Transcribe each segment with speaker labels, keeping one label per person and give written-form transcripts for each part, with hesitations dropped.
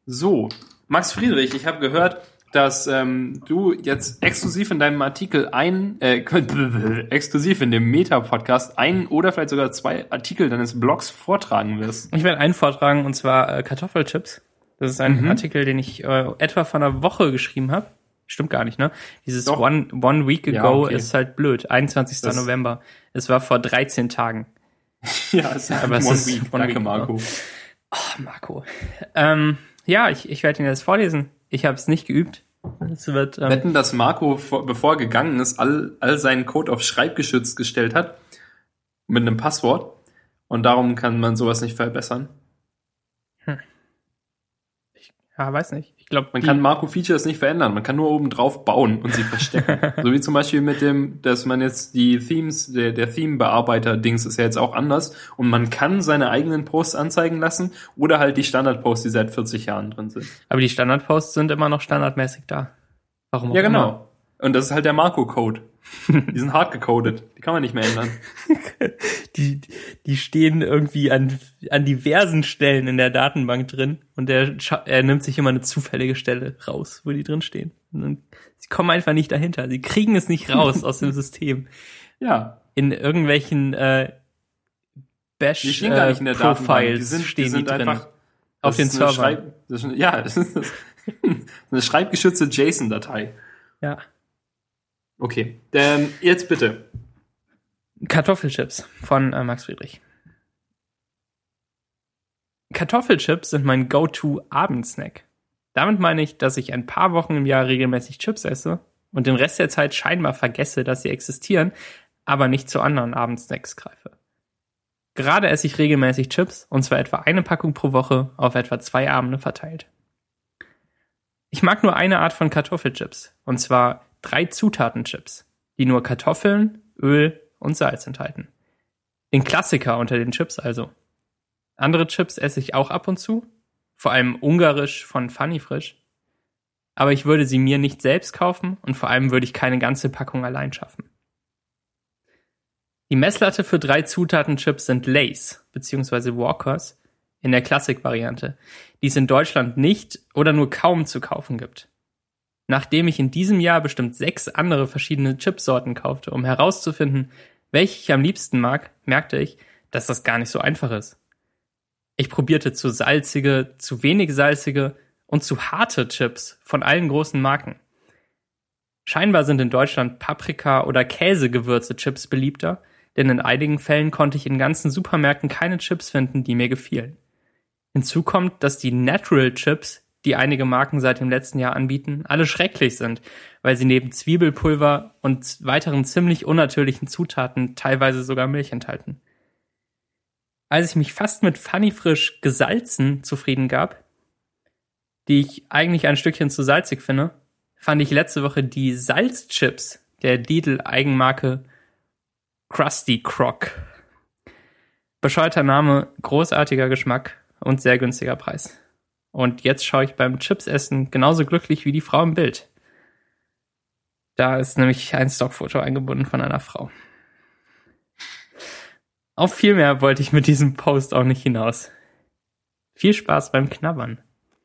Speaker 1: So, Max Friedrich, ich habe gehört, dass du jetzt exklusiv in deinem Artikel exklusiv in dem Meta-Podcast ein oder vielleicht sogar 2 Artikel deines Blogs vortragen wirst.
Speaker 2: Ich werde einen vortragen, und zwar Kartoffelchips. Das ist ein Artikel, den ich etwa vor einer Woche geschrieben habe. Stimmt gar nicht, ne? Dieses
Speaker 1: Doch.
Speaker 2: One Week Ago
Speaker 1: Ja, okay.
Speaker 2: ist halt blöd. 21. November. Es war vor 13 Tagen.
Speaker 1: Ja, es ist
Speaker 2: Aber es
Speaker 1: One
Speaker 2: ist
Speaker 1: Week.
Speaker 2: One
Speaker 1: Danke,
Speaker 2: Week,
Speaker 1: Marco.
Speaker 2: Oh, Marco. Ja, ich werde Ihnen das vorlesen. Ich habe es nicht geübt. Es wird,
Speaker 1: Wetten, dass Marco, bevor er gegangen ist, all seinen Code auf Schreibgeschützt gestellt hat. Mit einem Passwort. Und darum kann man sowas nicht verbessern.
Speaker 2: Ja, weiß nicht. Ich glaube,
Speaker 1: Man kann Marco-Features nicht verändern. Man kann nur oben drauf bauen und sie verstecken. So wie zum Beispiel mit dem, dass man jetzt die Themes, der Theme-Bearbeiter-Dings ist ja jetzt auch anders. Und man kann seine eigenen Posts anzeigen lassen oder halt die Standard-Posts, die seit 40 Jahren drin sind.
Speaker 2: aber die Standardposts sind immer noch standardmäßig da. Warum auch
Speaker 1: Ja,
Speaker 2: immer.
Speaker 1: genau. Und das ist halt der Marco-Code. Die sind hart gecodet. Die kann man nicht mehr ändern.
Speaker 2: Die stehen irgendwie an diversen Stellen in der Datenbank drin und er nimmt sich immer eine zufällige Stelle raus, wo die drin stehen. Und dann, sie kommen einfach nicht dahinter. Sie kriegen es nicht raus aus dem System.
Speaker 1: Ja.
Speaker 2: In irgendwelchen
Speaker 1: Die stehen gar nicht in der Datenbank.
Speaker 2: Profiles stehen die
Speaker 1: sind
Speaker 2: drin.
Speaker 1: einfach
Speaker 2: Auf den Servern.
Speaker 1: Das ist eine schreibgeschützte JSON-Datei.
Speaker 2: Ja.
Speaker 1: Okay, jetzt bitte.
Speaker 2: Kartoffelchips von Max Friedrich. Kartoffelchips sind mein Go-To-Abendsnack. Damit meine ich, dass ich ein paar Wochen im Jahr regelmäßig Chips esse und den Rest der Zeit scheinbar vergesse, dass sie existieren, aber nicht zu anderen Abendsnacks greife. Gerade esse ich regelmäßig Chips, und zwar etwa eine Packung pro Woche auf etwa 2 Abende verteilt. Ich mag nur eine Art von Kartoffelchips, und zwar 3 Zutaten-Chips, die nur Kartoffeln, Öl und Salz enthalten. Den Klassiker unter den Chips also. Andere Chips esse ich auch ab und zu, vor allem ungarisch von Funny Frisch. Aber ich würde sie mir nicht selbst kaufen und vor allem würde ich keine ganze Packung allein schaffen. Die Messlatte für 3 Zutaten-Chips sind Lay's bzw. Walkers in der Classic-Variante, die es in Deutschland nicht oder nur kaum zu kaufen gibt. Nachdem ich in diesem Jahr bestimmt 6 andere verschiedene Chipsorten kaufte, um herauszufinden, welche ich am liebsten mag, merkte ich, dass das gar nicht so einfach ist. Ich probierte zu salzige, zu wenig salzige und zu harte Chips von allen großen Marken. Scheinbar sind in Deutschland Paprika- oder Käsegewürze-Chips beliebter, denn in einigen Fällen konnte ich in ganzen Supermärkten keine Chips finden, die mir gefielen. Hinzu kommt, dass die Natural Chips, die einige Marken seit dem letzten Jahr anbieten, alle schrecklich sind, weil sie neben Zwiebelpulver und weiteren ziemlich unnatürlichen Zutaten teilweise sogar Milch enthalten. Als ich mich fast mit Funny Frisch gesalzen zufrieden gab, die ich eigentlich ein Stückchen zu salzig finde, fand ich letzte Woche die Salzchips der Lidl-Eigenmarke Krusty Croc. Bescheuerter Name, großartiger Geschmack und sehr günstiger Preis. Und jetzt schaue ich beim Chipsessen genauso glücklich wie die Frau im Bild. Da ist nämlich ein Stockfoto eingebunden von einer Frau. Auf viel mehr wollte ich mit diesem Post auch nicht hinaus. Viel Spaß beim Knabbern.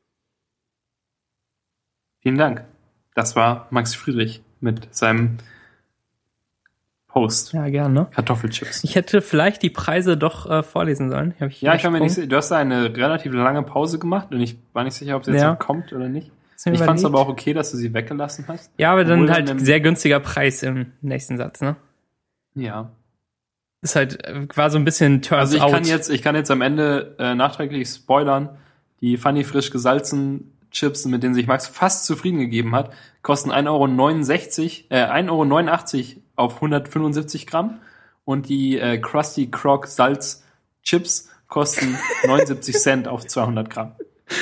Speaker 1: Vielen Dank. Das war Max Friedrich mit seinem Post.
Speaker 2: Ja, gerne.
Speaker 1: Kartoffelchips.
Speaker 2: Ich hätte vielleicht die Preise doch vorlesen sollen.
Speaker 1: Ich kann mir nicht. Du hast da eine relativ lange Pause gemacht und ich war nicht sicher, ob sie jetzt noch kommt oder nicht. Ich fand es aber auch okay, dass du sie weggelassen hast.
Speaker 2: Ja, aber dann halt sehr günstiger Preis im nächsten Satz, ne?
Speaker 1: Ja.
Speaker 2: Ist halt, war so ein bisschen turns out.
Speaker 1: Also ich kann jetzt am Ende nachträglich spoilern, die Funny Frisch gesalzen Chips, mit denen sich Max fast zufrieden gegeben hat, kosten 1,89 € auf 175 Gramm und die Krusty Croc Salz Chips kosten 79 Cent auf 200 Gramm.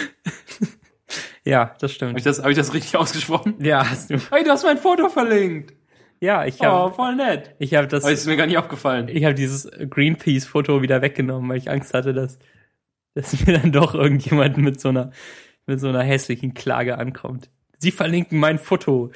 Speaker 2: Ja, das stimmt.
Speaker 1: Hab ich das richtig ausgesprochen?
Speaker 2: Ja, hast du.
Speaker 1: Hey, du hast mein Foto verlinkt.
Speaker 2: Ja, ich habe.
Speaker 1: Oh, voll nett.
Speaker 2: Ich habe das.
Speaker 1: Aber ist mir gar nicht aufgefallen.
Speaker 2: Ich habe dieses Greenpeace-Foto wieder weggenommen, weil ich Angst hatte, dass mir dann doch irgendjemand mit so einer hässlichen Klage ankommt. Sie verlinken mein Foto.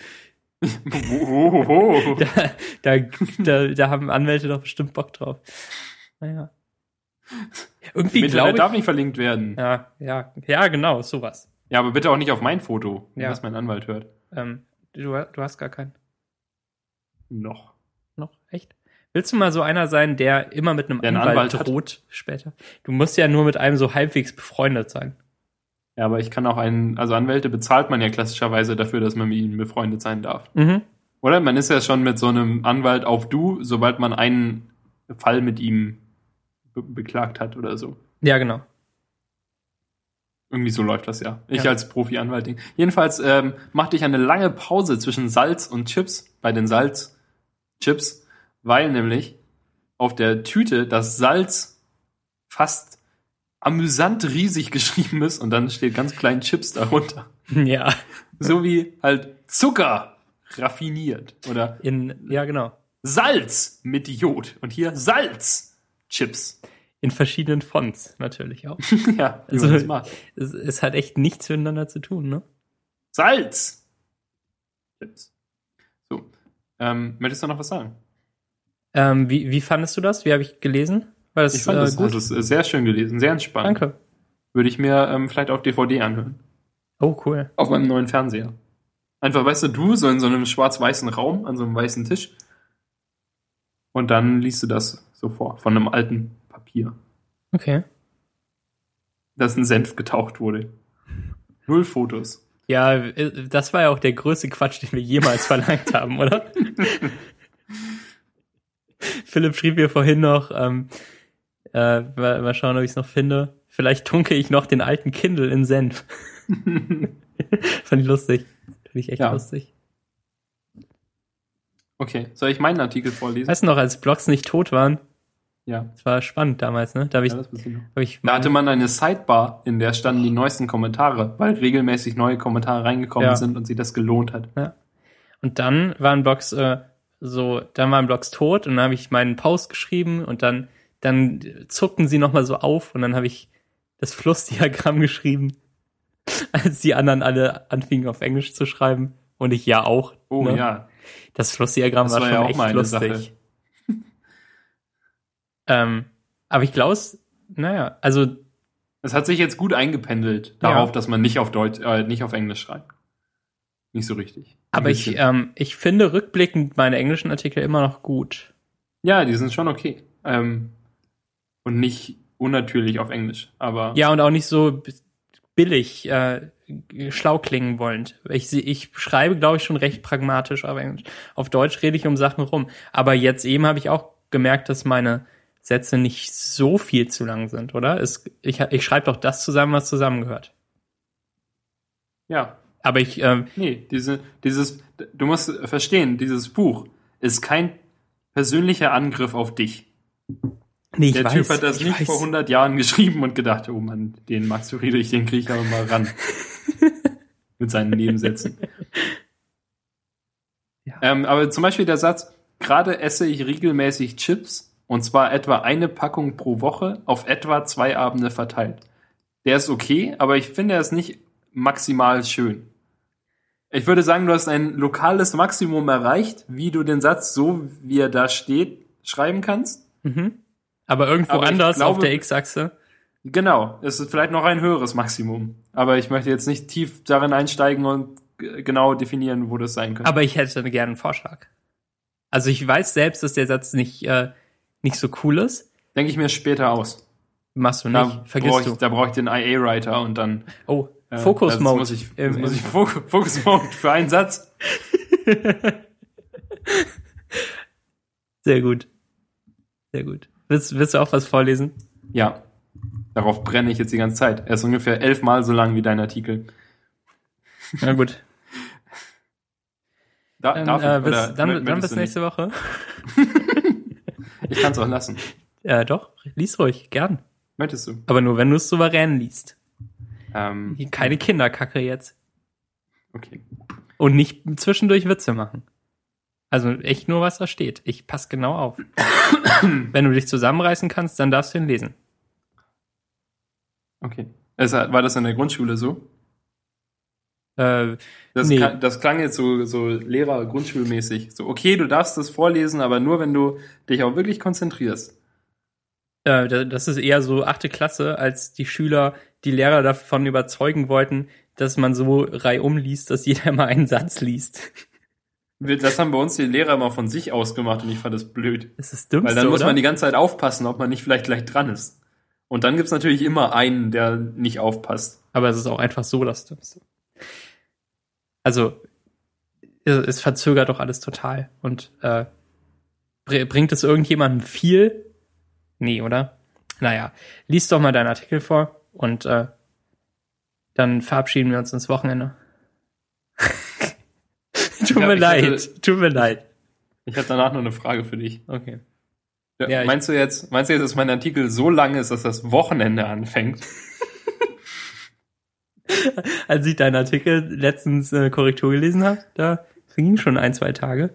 Speaker 2: Da haben Anwälte doch bestimmt Bock drauf. Naja. Irgendwie glaube ich.
Speaker 1: darf nicht verlinkt werden.
Speaker 2: Ja, genau, sowas.
Speaker 1: Ja, aber bitte auch nicht auf mein Foto,
Speaker 2: Ja.
Speaker 1: was mein Anwalt hört.
Speaker 2: Du hast gar keinen.
Speaker 1: Noch.
Speaker 2: Noch? Echt? Willst du mal so einer sein, der immer mit einem
Speaker 1: Der einen
Speaker 2: Anwalt
Speaker 1: Anwalt
Speaker 2: droht später? Du musst ja nur mit einem so halbwegs befreundet sein.
Speaker 1: Ja, aber ich kann auch also Anwälte bezahlt man ja klassischerweise dafür, dass man mit ihnen befreundet sein darf.
Speaker 2: Mhm.
Speaker 1: Oder? Man ist ja schon mit so einem Anwalt auf Du, sobald man einen Fall mit ihm beklagt hat oder so.
Speaker 2: Ja, genau.
Speaker 1: Irgendwie so läuft das ja. Ich
Speaker 2: Ja.
Speaker 1: als Profi-Anwalt. Jedenfalls machte ich eine lange Pause zwischen Salz und Chips bei den Salzchips, weil nämlich auf der Tüte das Salz fast amüsant riesig geschrieben ist und dann steht ganz klein Chips darunter.
Speaker 2: Ja.
Speaker 1: So wie halt Zucker raffiniert oder
Speaker 2: Ja, genau.
Speaker 1: Salz mit Jod und hier Salzchips.
Speaker 2: In verschiedenen Fonts natürlich auch.
Speaker 1: Ja, wie
Speaker 2: Also,
Speaker 1: man das macht.
Speaker 2: es hat echt nichts miteinander zu tun, ne?
Speaker 1: Salz! Chips. So. Möchtest du noch was sagen?
Speaker 2: Wie fandest du das? Wie habe ich gelesen? War das
Speaker 1: Ich fand das
Speaker 2: gut?
Speaker 1: also, sehr schön gelesen, sehr entspannt.
Speaker 2: Danke.
Speaker 1: Würde ich mir vielleicht auf DVD anhören.
Speaker 2: Oh, cool.
Speaker 1: Auf meinem neuen Fernseher. Einfach, weißt du so in so einem schwarz-weißen Raum, an so einem weißen Tisch. Und dann liest du das so vor, von einem alten Papier,
Speaker 2: Okay.
Speaker 1: das in Senf getaucht wurde. 0 Fotos.
Speaker 2: Ja, das war ja auch der größte Quatsch, den wir jemals verlangt haben, oder? Philipp schrieb mir vorhin noch, mal schauen, ob ich es noch finde. Vielleicht tunke ich noch den alten Kindle in Senf. Fand ich lustig. Finde ich echt
Speaker 1: Ja.
Speaker 2: lustig.
Speaker 1: Okay, soll ich meinen Artikel vorlesen?
Speaker 2: Weißt du noch, als Blogs nicht tot waren?
Speaker 1: Ja.
Speaker 2: Das war spannend damals, ne? Da habe ich,
Speaker 1: Ja, das weiß ich noch.
Speaker 2: hab ich
Speaker 1: Da hatte man eine Sidebar, in der standen die neuesten Kommentare, weil regelmäßig neue Kommentare reingekommen
Speaker 2: Ja.
Speaker 1: sind und sie das gelohnt hat.
Speaker 2: Und dann waren Blogs dann waren Blogs tot und dann habe ich meinen Post geschrieben und dann zuckten sie nochmal so auf und dann habe ich das Flussdiagramm geschrieben, als die anderen alle anfingen auf Englisch zu schreiben und ich ja auch.
Speaker 1: Oh
Speaker 2: ne?
Speaker 1: ja.
Speaker 2: Das Flussdiagramm
Speaker 1: Das
Speaker 2: war
Speaker 1: war
Speaker 2: schon
Speaker 1: ja auch
Speaker 2: echt
Speaker 1: mal eine
Speaker 2: lustig. Aber ich glaube, naja, also
Speaker 1: Es hat sich jetzt gut eingependelt darauf, dass man nicht auf nicht auf Englisch schreibt. Nicht so richtig.
Speaker 2: aber ich finde rückblickend meine englischen Artikel immer noch gut.
Speaker 1: Ja, die sind schon okay. Und nicht unnatürlich auf Englisch. Aber
Speaker 2: Ja, und auch nicht so billig, schlau klingen wollend. Ich schreibe, glaube ich, schon recht pragmatisch auf Englisch. Auf Deutsch rede ich um Sachen rum. Aber jetzt eben habe ich auch gemerkt, dass meine Sätze nicht so viel zu lang sind, oder? Ich schreibe doch das zusammen, was zusammengehört.
Speaker 1: ja,
Speaker 2: Aber
Speaker 1: nee, du musst verstehen, dieses Buch ist kein persönlicher Angriff auf dich.
Speaker 2: nee,
Speaker 1: Der Typ hat das nicht vor 100 Jahren geschrieben und gedacht, oh Mann, den Max Friedrich, den kriege ich aber mal ran. Mit seinen Nebensätzen.
Speaker 2: Ja.
Speaker 1: Aber zum Beispiel der Satz, gerade esse ich regelmäßig Chips, und zwar etwa eine Packung pro Woche auf etwa 2 Abende verteilt. Der ist okay, aber ich finde, er ist nicht maximal schön. Ich würde sagen, du hast ein lokales Maximum erreicht, wie du den Satz, so wie er da steht, schreiben kannst.
Speaker 2: Aber irgendwo
Speaker 1: Aber ich
Speaker 2: anders
Speaker 1: glaube-
Speaker 2: auf der X-Achse.
Speaker 1: Genau, es ist vielleicht noch ein höheres Maximum. Aber ich möchte jetzt nicht tief darin einsteigen und genau definieren, wo das sein könnte.
Speaker 2: Aber ich hätte gerne einen Vorschlag. Also ich weiß selbst, dass der Satz nicht so cool ist.
Speaker 1: Denke ich mir später aus.
Speaker 2: Machst du nicht. Vergisst du.
Speaker 1: Da brauche ich den IA-Writer und dann
Speaker 2: Oh, Focus Mode.
Speaker 1: Muss ich Focus Mode für einen Satz.
Speaker 2: Sehr gut. Sehr gut. Willst du auch was vorlesen?
Speaker 1: Ja, darauf brenne ich jetzt die ganze Zeit. Er ist ungefähr 11 Mal so lang wie dein Artikel.
Speaker 2: Na gut. Dann,
Speaker 1: Darf ich? Oder
Speaker 2: dann
Speaker 1: möchtest
Speaker 2: bis
Speaker 1: du
Speaker 2: nächste Woche.
Speaker 1: nicht? Ich kann es auch lassen.
Speaker 2: Doch, lies ruhig, gern.
Speaker 1: Möchtest du?
Speaker 2: Aber nur, wenn du es souverän liest.
Speaker 1: Ähm,
Speaker 2: Keine Kinderkacke jetzt.
Speaker 1: okay.
Speaker 2: Und nicht zwischendurch Witze machen. Also echt nur, was da steht. Ich pass genau auf. Wenn du dich zusammenreißen kannst, dann darfst du ihn lesen.
Speaker 1: Okay. War das in der Grundschule so?
Speaker 2: Nee.
Speaker 1: Das klang jetzt so Lehrer-Grundschulmäßig. So, okay, du darfst das vorlesen, aber nur, wenn du dich auch wirklich konzentrierst.
Speaker 2: Das ist eher so 8. Klasse, als die Schüler die Lehrer davon überzeugen wollten, dass man so reihum liest, dass jeder mal einen Satz liest.
Speaker 1: Das haben bei uns die Lehrer immer von sich ausgemacht und ich fand das blöd.
Speaker 2: Das ist das Dümmste,
Speaker 1: weil dann muss
Speaker 2: oder?
Speaker 1: man die ganze Zeit aufpassen, ob man nicht vielleicht gleich dran ist. Und dann gibt's natürlich immer einen, der nicht aufpasst.
Speaker 2: Aber es ist auch einfach so das Dümmste. Also, es verzögert doch alles total. Und bringt es irgendjemandem viel? Nee, oder? Naja, lies doch mal deinen Artikel vor und dann verabschieden wir uns ins Wochenende. Tut mir leid.
Speaker 1: Ich habe danach noch eine Frage für dich.
Speaker 2: Okay.
Speaker 1: Ja, meinst du jetzt, dass mein Artikel so lang ist, dass das Wochenende anfängt?
Speaker 2: Als ich deinen Artikel letztens Korrektur gelesen habe, da vergingen schon 1-2 Tage.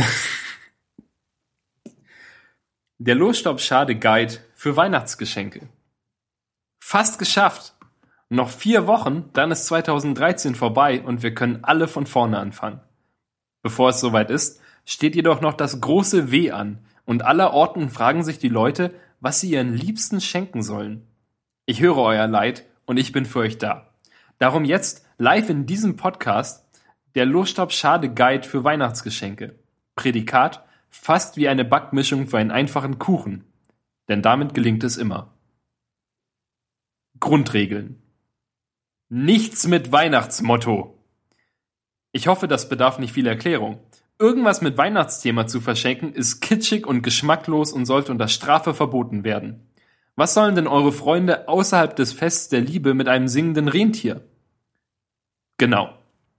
Speaker 1: Der Losstopp-Schade-Guide für Weihnachtsgeschenke. Fast geschafft. Noch 4 Wochen, dann ist 2013 vorbei und wir können alle von vorne anfangen. Bevor es soweit ist, steht jedoch noch das große W an und allerorten fragen sich die Leute, was sie ihren Liebsten schenken sollen. Ich höre euer Leid und ich bin für euch da. Darum jetzt live in diesem Podcast der Losstopp-Schade-Guide für Weihnachtsgeschenke. Prädikat: fast wie eine Backmischung für einen einfachen Kuchen. Denn damit gelingt es immer. Grundregeln. Nichts mit Weihnachtsmotto. Ich hoffe, das bedarf nicht viel Erklärung. Irgendwas mit Weihnachtsthema zu verschenken ist kitschig und geschmacklos und sollte unter Strafe verboten werden. Was sollen denn eure Freunde außerhalb des Fests der Liebe mit einem singenden Rentier? Genau.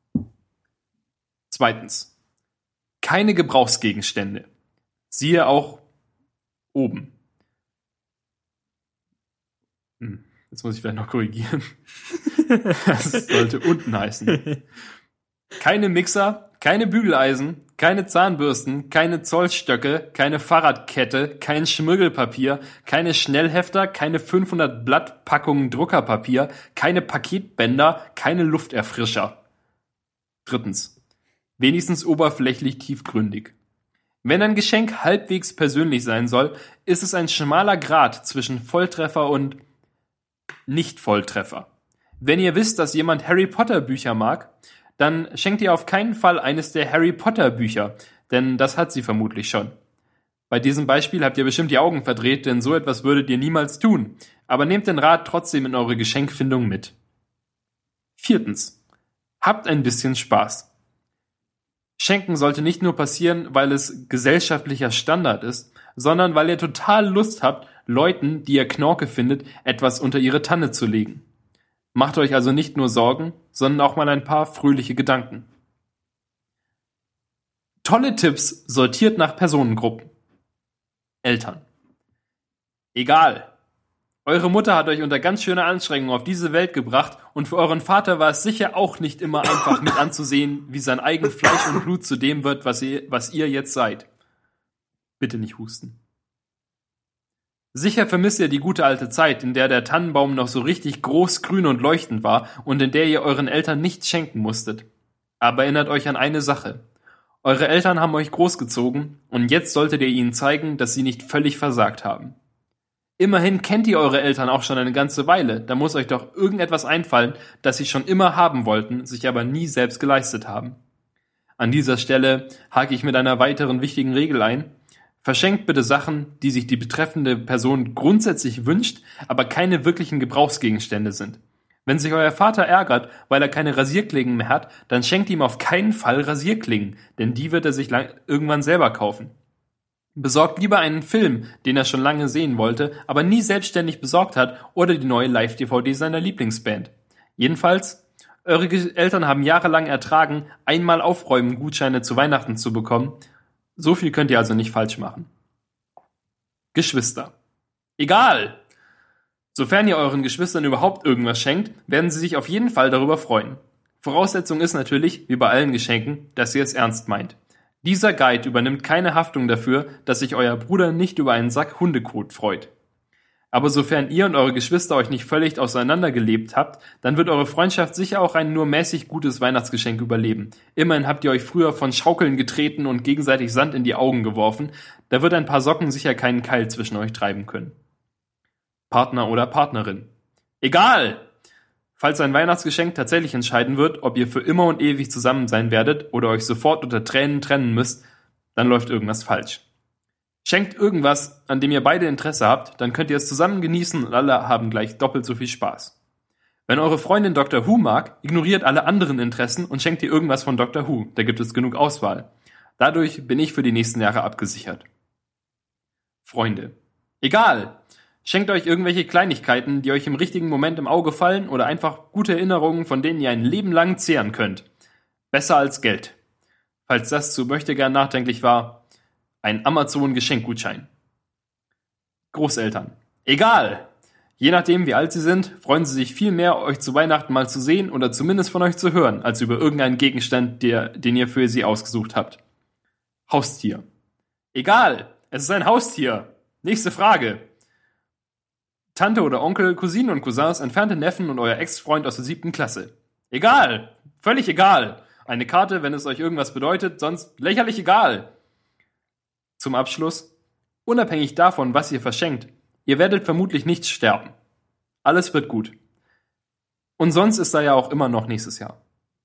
Speaker 1: 2. Keine Gebrauchsgegenstände. Siehe auch oben. Jetzt muss ich vielleicht noch korrigieren. Das sollte unten heißen. Keine Mixer, keine Bügeleisen, keine Zahnbürsten, keine Zollstöcke, keine Fahrradkette, kein Schmirgelpapier, keine Schnellhefter, keine 500 Blatt Packungen Druckerpapier, keine Paketbänder, keine Lufterfrischer. 3. Wenigstens oberflächlich tiefgründig. Wenn ein Geschenk halbwegs persönlich sein soll, ist es ein schmaler Grat zwischen Volltreffer und Nicht-Volltreffer. Wenn ihr wisst, dass jemand Harry Potter Bücher mag, dann schenkt ihr auf keinen Fall eines der Harry Potter Bücher, denn das hat sie vermutlich schon. Bei diesem Beispiel habt ihr bestimmt die Augen verdreht, denn so etwas würdet ihr niemals tun. Aber nehmt den Rat trotzdem in eure Geschenkfindung mit. 4. Habt ein bisschen Spaß. Schenken sollte nicht nur passieren, weil es gesellschaftlicher Standard ist, sondern weil ihr total Lust habt, Leuten, die ihr Knorke findet, etwas unter ihre Tanne zu legen. Macht euch also nicht nur Sorgen, sondern auch mal ein paar fröhliche Gedanken. Tolle Tipps sortiert nach Personengruppen. Eltern. Egal. Eure Mutter hat euch unter ganz schöner Anstrengung auf diese Welt gebracht und für euren Vater war es sicher auch nicht immer einfach mit anzusehen, wie sein eigen Fleisch und Blut zu dem wird, was ihr jetzt seid. Bitte nicht husten. Sicher vermisst ihr die gute alte Zeit, in der der Tannenbaum noch so richtig groß, grün und leuchtend war und in der ihr euren Eltern nichts schenken musstet. Aber erinnert euch an eine Sache. Eure Eltern haben euch großgezogen und jetzt solltet ihr ihnen zeigen, dass sie nicht völlig versagt haben. Immerhin kennt ihr eure Eltern auch schon eine ganze Weile, da muss euch doch irgendetwas einfallen, das sie schon immer haben wollten, sich aber nie selbst geleistet haben. An dieser Stelle hake ich mit einer weiteren wichtigen Regel ein. Verschenkt bitte Sachen, die sich die betreffende Person grundsätzlich wünscht, aber keine wirklichen Gebrauchsgegenstände sind. Wenn sich euer Vater ärgert, weil er keine Rasierklingen mehr hat, dann schenkt ihm auf keinen Fall Rasierklingen, denn die wird er sich irgendwann selber kaufen. Besorgt lieber einen Film, den er schon lange sehen wollte, aber nie selbstständig besorgt hat, oder die neue Live-DVD seiner Lieblingsband. Jedenfalls, eure Eltern haben jahrelang ertragen, einmal aufräumen Gutscheine zu Weihnachten zu bekommen. So viel könnt ihr also nicht falsch machen. Geschwister. Egal! Sofern ihr euren Geschwistern überhaupt irgendwas schenkt, werden sie sich auf jeden Fall darüber freuen. Voraussetzung ist natürlich, wie bei allen Geschenken, dass ihr es ernst meint. Dieser Guide übernimmt keine Haftung dafür, dass sich euer Bruder nicht über einen Sack Hundekot freut. Aber sofern ihr und eure Geschwister euch nicht völlig auseinandergelebt habt, dann wird eure Freundschaft sicher auch ein nur mäßig gutes Weihnachtsgeschenk überleben. Immerhin habt ihr euch früher von Schaukeln getreten und gegenseitig Sand in die Augen geworfen. Da wird ein paar Socken sicher keinen Keil zwischen euch treiben können. Partner oder Partnerin. Egal! Falls ein Weihnachtsgeschenk tatsächlich entscheiden wird, ob ihr für immer und ewig zusammen sein werdet oder euch sofort unter Tränen trennen müsst, dann läuft irgendwas falsch. Schenkt irgendwas, an dem ihr beide Interesse habt, dann könnt ihr es zusammen genießen und alle haben gleich doppelt so viel Spaß. Wenn eure Freundin Dr. Who mag, ignoriert alle anderen Interessen und schenkt ihr irgendwas von Dr. Who, da gibt es genug Auswahl. Dadurch bin ich für die nächsten Jahre abgesichert. Freunde. Egal! Schenkt euch irgendwelche Kleinigkeiten, die euch im richtigen Moment im Auge fallen oder einfach gute Erinnerungen, von denen ihr ein Leben lang zehren könnt. Besser als Geld. Falls das zu möchtegern nachdenklich war, ein Amazon-Geschenkgutschein. Großeltern. Egal! Je nachdem, wie alt sie sind, freuen sie sich viel mehr, euch zu Weihnachten mal zu sehen oder zumindest von euch zu hören, als über irgendeinen Gegenstand, den ihr für sie ausgesucht habt. Haustier. Egal! Es ist ein Haustier! Nächste Frage. Tante oder Onkel, Cousinen und Cousins, entfernte Neffen und euer Ex-Freund aus der 7. Klasse. Egal! Völlig egal! Eine Karte, wenn es euch irgendwas bedeutet, sonst lächerlich egal! Zum Abschluss. Unabhängig davon, was ihr verschenkt, ihr werdet vermutlich nicht sterben. Alles wird gut. Und sonst ist da ja auch immer noch nächstes Jahr.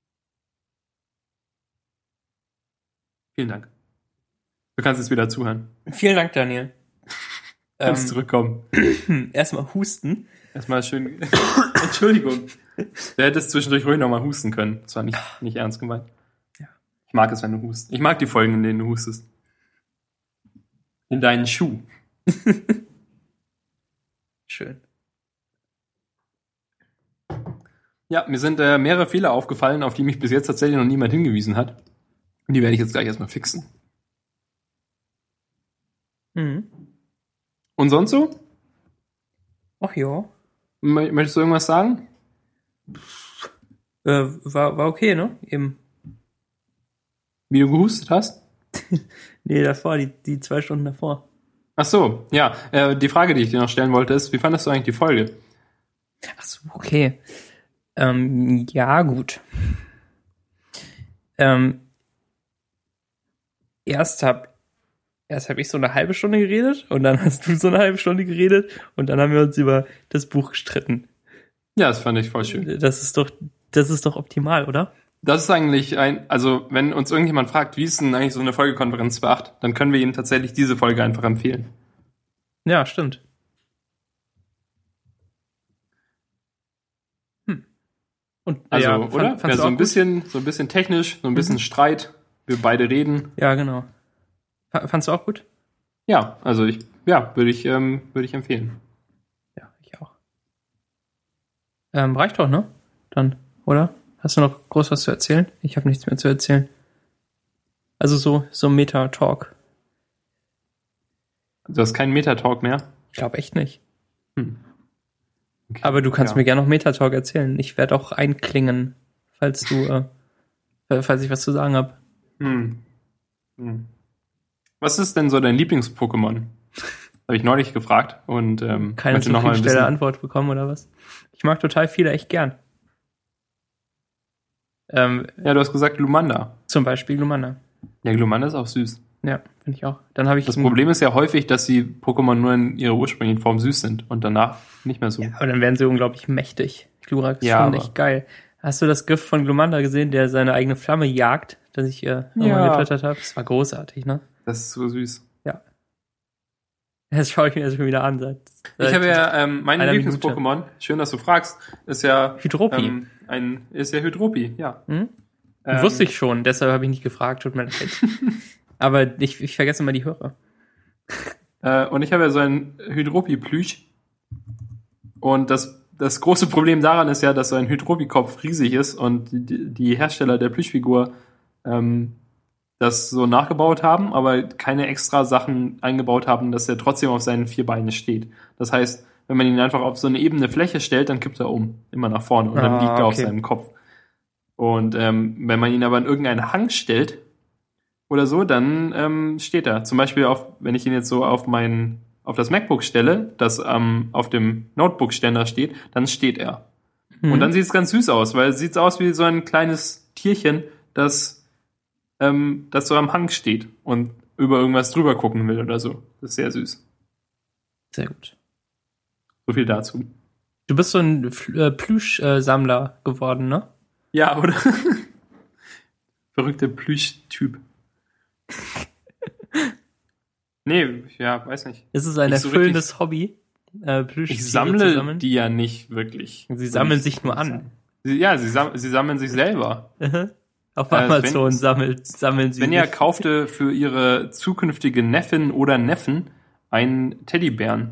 Speaker 1: Vielen Dank. Du kannst jetzt wieder zuhören.
Speaker 2: Vielen Dank, Daniel.
Speaker 1: Kannst zurückkommen.
Speaker 2: Erstmal husten.
Speaker 1: Erstmal schön. Entschuldigung. Du hättest zwischendurch ruhig nochmal husten können. Das war nicht ernst gemeint.
Speaker 2: Ja.
Speaker 1: Ich mag es, wenn du hustest. Ich mag die Folgen, in denen du hustest. In deinen Schuh.
Speaker 2: Schön.
Speaker 1: Ja, mir sind mehrere Fehler aufgefallen, auf die mich bis jetzt tatsächlich noch niemand hingewiesen hat. Und die werde ich jetzt gleich erstmal fixen.
Speaker 2: Mhm.
Speaker 1: Und sonst so?
Speaker 2: Ach ja.
Speaker 1: Möchtest du irgendwas sagen?
Speaker 2: War okay, ne? Eben.
Speaker 1: Wie du gehustet hast?
Speaker 2: Nee, davor, die 2 Stunden davor.
Speaker 1: Ach so, ja. Die Frage, die ich dir noch stellen wollte, ist, wie fandest du eigentlich die Folge?
Speaker 2: Ach so, okay. Ja, gut. Erst hab ich so eine halbe Stunde geredet und dann hast du so eine halbe Stunde geredet und dann haben wir uns über das Buch gestritten.
Speaker 1: Ja, das fand ich voll schön.
Speaker 2: Das ist doch optimal, oder?
Speaker 1: Das ist eigentlich also wenn uns irgendjemand fragt, wie ist denn eigentlich so eine Folgekonferenz bei 8, dann können wir ihnen tatsächlich diese Folge einfach empfehlen.
Speaker 2: Ja, stimmt. Und,
Speaker 1: also,
Speaker 2: ja,
Speaker 1: oder? Ja, so ein bisschen technisch, so ein bisschen Streit. Wir beide reden.
Speaker 2: Ja, genau. Fandst du auch gut?
Speaker 1: Ja, also würde ich empfehlen.
Speaker 2: Ja, ich auch. Reicht doch, ne? Dann, oder? Hast du noch groß was zu erzählen? Ich habe nichts mehr zu erzählen. Also so Meta-Talk.
Speaker 1: Du hast keinen Meta-Talk mehr?
Speaker 2: Ich glaube echt nicht.
Speaker 1: Okay.
Speaker 2: Aber du kannst mir gerne noch Meta-Talk erzählen. Ich werde auch einklingen, falls ich was zu sagen habe.
Speaker 1: Was ist denn so dein Lieblings-Pokémon? Habe ich neulich gefragt und
Speaker 2: keine zufriedenstellende Antwort bekommen oder was? Ich mag total viele echt gern.
Speaker 1: Ja, du hast gesagt Glumanda.
Speaker 2: Zum Beispiel Glumanda.
Speaker 1: Ja, Glumanda ist auch süß.
Speaker 2: Ja, finde ich auch. Dann habe ich
Speaker 1: das Problem ist ja häufig, dass die Pokémon nur in ihrer ursprünglichen Form süß sind und danach nicht mehr so.
Speaker 2: Ja, aber dann werden sie unglaublich mächtig. Glurak ist schon echt geil. Hast du das GIF von Glumanda gesehen, der seine eigene Flamme jagt, das ich mal getwittert habe? Das war großartig, ne?
Speaker 1: Das ist so süß.
Speaker 2: Ja. Das schaue ich mir schon wieder an.
Speaker 1: Ich habe ja mein Lieblings-Pokémon, schön, dass du fragst, ist ja
Speaker 2: Hydropi.
Speaker 1: Ist ja Hydropi, ja.
Speaker 2: Wusste ich schon, deshalb habe ich nicht gefragt, tut mir leid. Aber ich vergesse immer die Hörer.
Speaker 1: Und ich habe ja so ein Hydropi-Plüsch. Und das große Problem daran ist ja, dass so ein Hydropi-Kopf riesig ist und die Hersteller der Plüschfigur das so nachgebaut haben, aber keine extra Sachen eingebaut haben, dass er trotzdem auf seinen 4 Beinen steht. Das heißt, wenn man ihn einfach auf so eine ebene Fläche stellt, dann kippt er immer nach vorne und dann liegt er auf seinem Kopf. Und wenn man ihn aber in irgendeinen Hang stellt oder so, dann steht er. Zum Beispiel wenn ich ihn jetzt so auf das MacBook stelle, das auf dem Notebook-Ständer steht, dann steht er. Und dann sieht es ganz süß aus, weil es sieht aus wie so ein kleines Tierchen, das so am Hang steht und über irgendwas drüber gucken will oder so. Das ist sehr süß.
Speaker 2: Sehr gut.
Speaker 1: So viel dazu.
Speaker 2: Du bist so ein Plüschsammler geworden, ne?
Speaker 1: Ja, oder? Verrückter Plüschtyp. Nee, ja, weiß nicht.
Speaker 2: Es ist ein
Speaker 1: Nicht so
Speaker 2: erfüllendes Hobby, Plüschtiere
Speaker 1: Ich
Speaker 2: zu
Speaker 1: sammle
Speaker 2: sammeln.
Speaker 1: die ja nicht wirklich.
Speaker 2: Sie sammeln sich nur an.
Speaker 1: Sie sammeln sich selber.
Speaker 2: Auf Amazon sammeln sie
Speaker 1: Svenja
Speaker 2: sich.
Speaker 1: kaufte für ihre zukünftige Neffin oder Neffen einen Teddybären.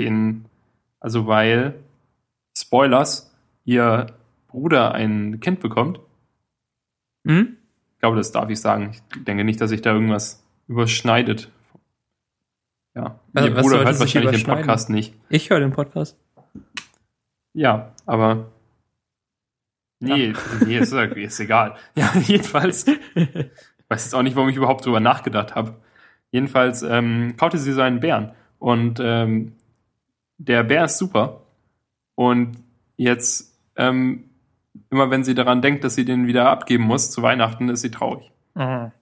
Speaker 1: Weil, Spoilers, ihr Bruder ein Kind bekommt.
Speaker 2: Hm?
Speaker 1: Ich glaube, das darf ich sagen. Ich denke nicht, dass sich da irgendwas überschneidet. Ja,
Speaker 2: Also,
Speaker 1: ihr
Speaker 2: was
Speaker 1: Bruder
Speaker 2: sollte
Speaker 1: hört
Speaker 2: sich
Speaker 1: wahrscheinlich den
Speaker 2: überschneiden?
Speaker 1: Podcast nicht.
Speaker 2: Ich höre den Podcast.
Speaker 1: Ja, aber nee, ist egal. Ja, jedenfalls, ich weiß jetzt auch nicht, warum ich überhaupt drüber nachgedacht habe. Jedenfalls kaufte sie so einen Bären und der Bär ist super und jetzt immer wenn sie daran denkt, dass sie den wieder abgeben muss zu Weihnachten, ist sie traurig.
Speaker 2: Mhm.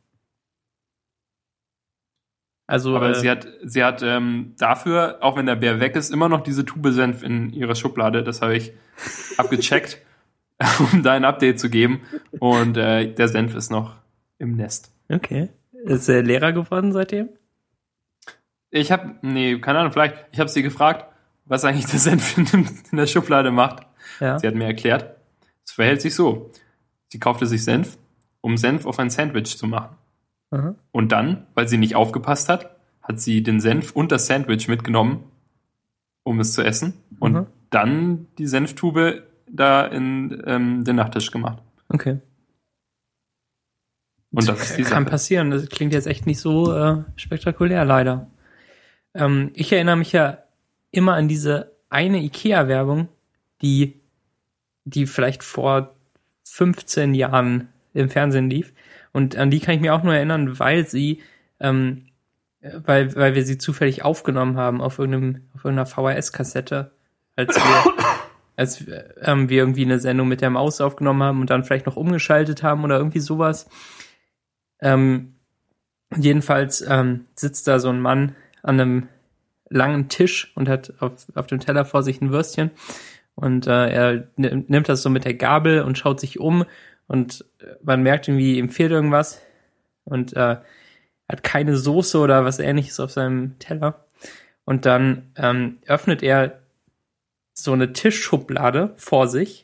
Speaker 2: Also,
Speaker 1: Aber sie hat dafür, auch wenn der Bär weg ist, immer noch diese Tube Senf in ihrer Schublade. Das habe ich abgecheckt, um da ein Update zu geben. Und der Senf ist noch im Nest.
Speaker 2: okay. Ist er Lehrer geworden seitdem?
Speaker 1: Keine Ahnung, ich habe sie gefragt, was eigentlich der Senf in der Schublade macht.
Speaker 2: Ja.
Speaker 1: Sie hat mir erklärt, es verhält sich so. Sie kaufte sich Senf, um Senf auf ein Sandwich zu machen.
Speaker 2: Aha.
Speaker 1: Und dann, weil sie nicht aufgepasst hat, hat sie den Senf und das Sandwich mitgenommen, um es zu essen. Und dann die Senftube da in den Nachtisch gemacht.
Speaker 2: Okay.
Speaker 1: Und das ist die
Speaker 2: Kann
Speaker 1: Sache.
Speaker 2: passieren. Das klingt jetzt echt nicht so spektakulär, leider. Ich erinnere mich ja immer an diese eine Ikea-Werbung, die vielleicht vor 15 Jahren im Fernsehen lief. Und an die kann ich mich auch nur erinnern, weil weil wir sie zufällig aufgenommen haben auf irgendeiner VHS-Kassette, als wir irgendwie eine Sendung mit der Maus aufgenommen haben und dann vielleicht noch umgeschaltet haben oder irgendwie sowas. Jedenfalls sitzt da so ein Mann an einem langen Tisch und hat auf dem Teller vor sich ein Würstchen und er nimmt das so mit der Gabel und schaut sich um und man merkt irgendwie, ihm fehlt irgendwas und hat keine Soße oder was Ähnliches auf seinem Teller und dann öffnet er so eine Tischschublade vor sich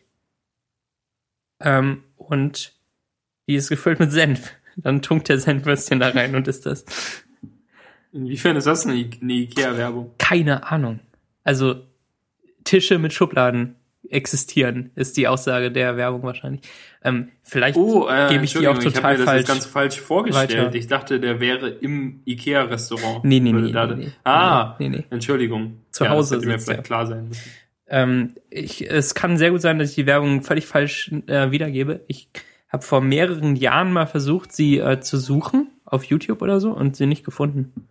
Speaker 2: und die ist gefüllt mit Senf. Dann tunkt er sein Würstchen da rein und isst das.
Speaker 1: Inwiefern ist das eine Ikea-Werbung?
Speaker 2: Keine Ahnung. Also Tische mit Schubladen existieren, ist die Aussage der Werbung wahrscheinlich. Vielleicht gebe ich die auch total
Speaker 1: ich habe mir das
Speaker 2: falsch.
Speaker 1: jetzt ganz falsch vorgestellt.
Speaker 2: weiter.
Speaker 1: Ich dachte, der wäre im Ikea-Restaurant.
Speaker 2: Nee. Nee.
Speaker 1: Entschuldigung.
Speaker 2: Zu Hause
Speaker 1: das hätte mir
Speaker 2: sitzt
Speaker 1: vielleicht
Speaker 2: er.
Speaker 1: klar sein müssen.
Speaker 2: Es kann sehr gut sein, dass ich die Werbung völlig falsch wiedergebe. Ich habe vor mehreren Jahren mal versucht, sie zu suchen auf YouTube oder so und sie nicht gefunden.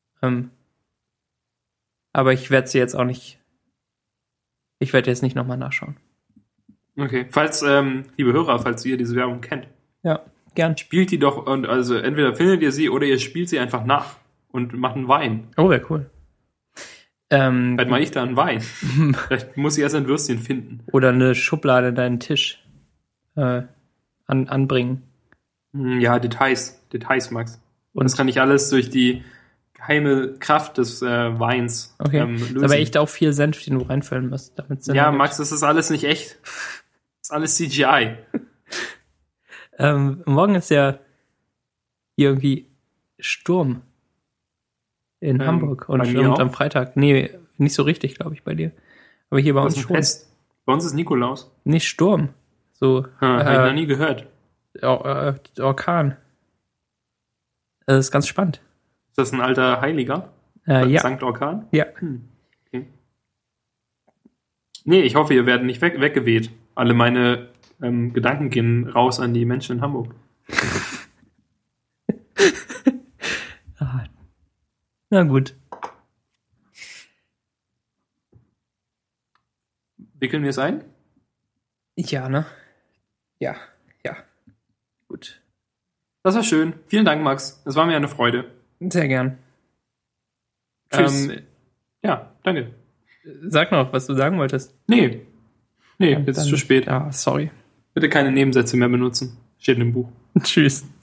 Speaker 2: Aber ich werde sie jetzt auch nicht. Ich werde jetzt nicht nochmal nachschauen.
Speaker 1: Okay. Falls, liebe Hörer, falls ihr diese Werbung kennt,
Speaker 2: Ja, gern.
Speaker 1: spielt die doch, und also entweder findet ihr sie oder ihr spielt sie einfach nach und macht einen Wein.
Speaker 2: Oh, wäre cool.
Speaker 1: Vielleicht mache ich da einen Wein. Vielleicht muss ich erst ein Würstchen finden.
Speaker 2: Oder eine Schublade in deinen Tisch anbringen.
Speaker 1: Ja, Details, Max.
Speaker 2: Und
Speaker 1: Das kann ich alles durch die geheime Kraft des Weins lösen.
Speaker 2: ist aber echt auch viel Senf, den du reinfüllen musst. Damit Sinn
Speaker 1: Ja,
Speaker 2: ergibt.
Speaker 1: Max, das ist alles nicht echt. Das ist alles CGI.
Speaker 2: Morgen ist ja hier irgendwie Sturm in Hamburg und
Speaker 1: bei mir auch?
Speaker 2: am Freitag. Nee, nicht so richtig, glaube ich, bei dir. Aber hier bei
Speaker 1: Was
Speaker 2: uns
Speaker 1: ist ein
Speaker 2: schon.
Speaker 1: Fest? Bei uns ist Nikolaus.
Speaker 2: Nicht Sturm. So
Speaker 1: Habe ich noch nie gehört.
Speaker 2: Orkan. Das ist ganz spannend.
Speaker 1: Ist das ein alter Heiliger?
Speaker 2: Ja.
Speaker 1: Sankt Orkan?
Speaker 2: Ja.
Speaker 1: Okay. Nee, ich hoffe, ihr werdet nicht weggeweht. Alle meine Gedanken gehen raus an die Menschen in Hamburg.
Speaker 2: Na gut.
Speaker 1: Wickeln wir es ein?
Speaker 2: Ja, ne? Ja. Gut.
Speaker 1: Das war schön. Vielen Dank, Max. Es war mir eine Freude.
Speaker 2: Sehr gern. Tschüss.
Speaker 1: Ja, danke.
Speaker 2: Sag noch, was du sagen wolltest.
Speaker 1: Nee, jetzt ist es zu spät.
Speaker 2: Ja, sorry.
Speaker 1: Bitte keine Nebensätze mehr benutzen. Steht im Buch.
Speaker 2: Tschüss.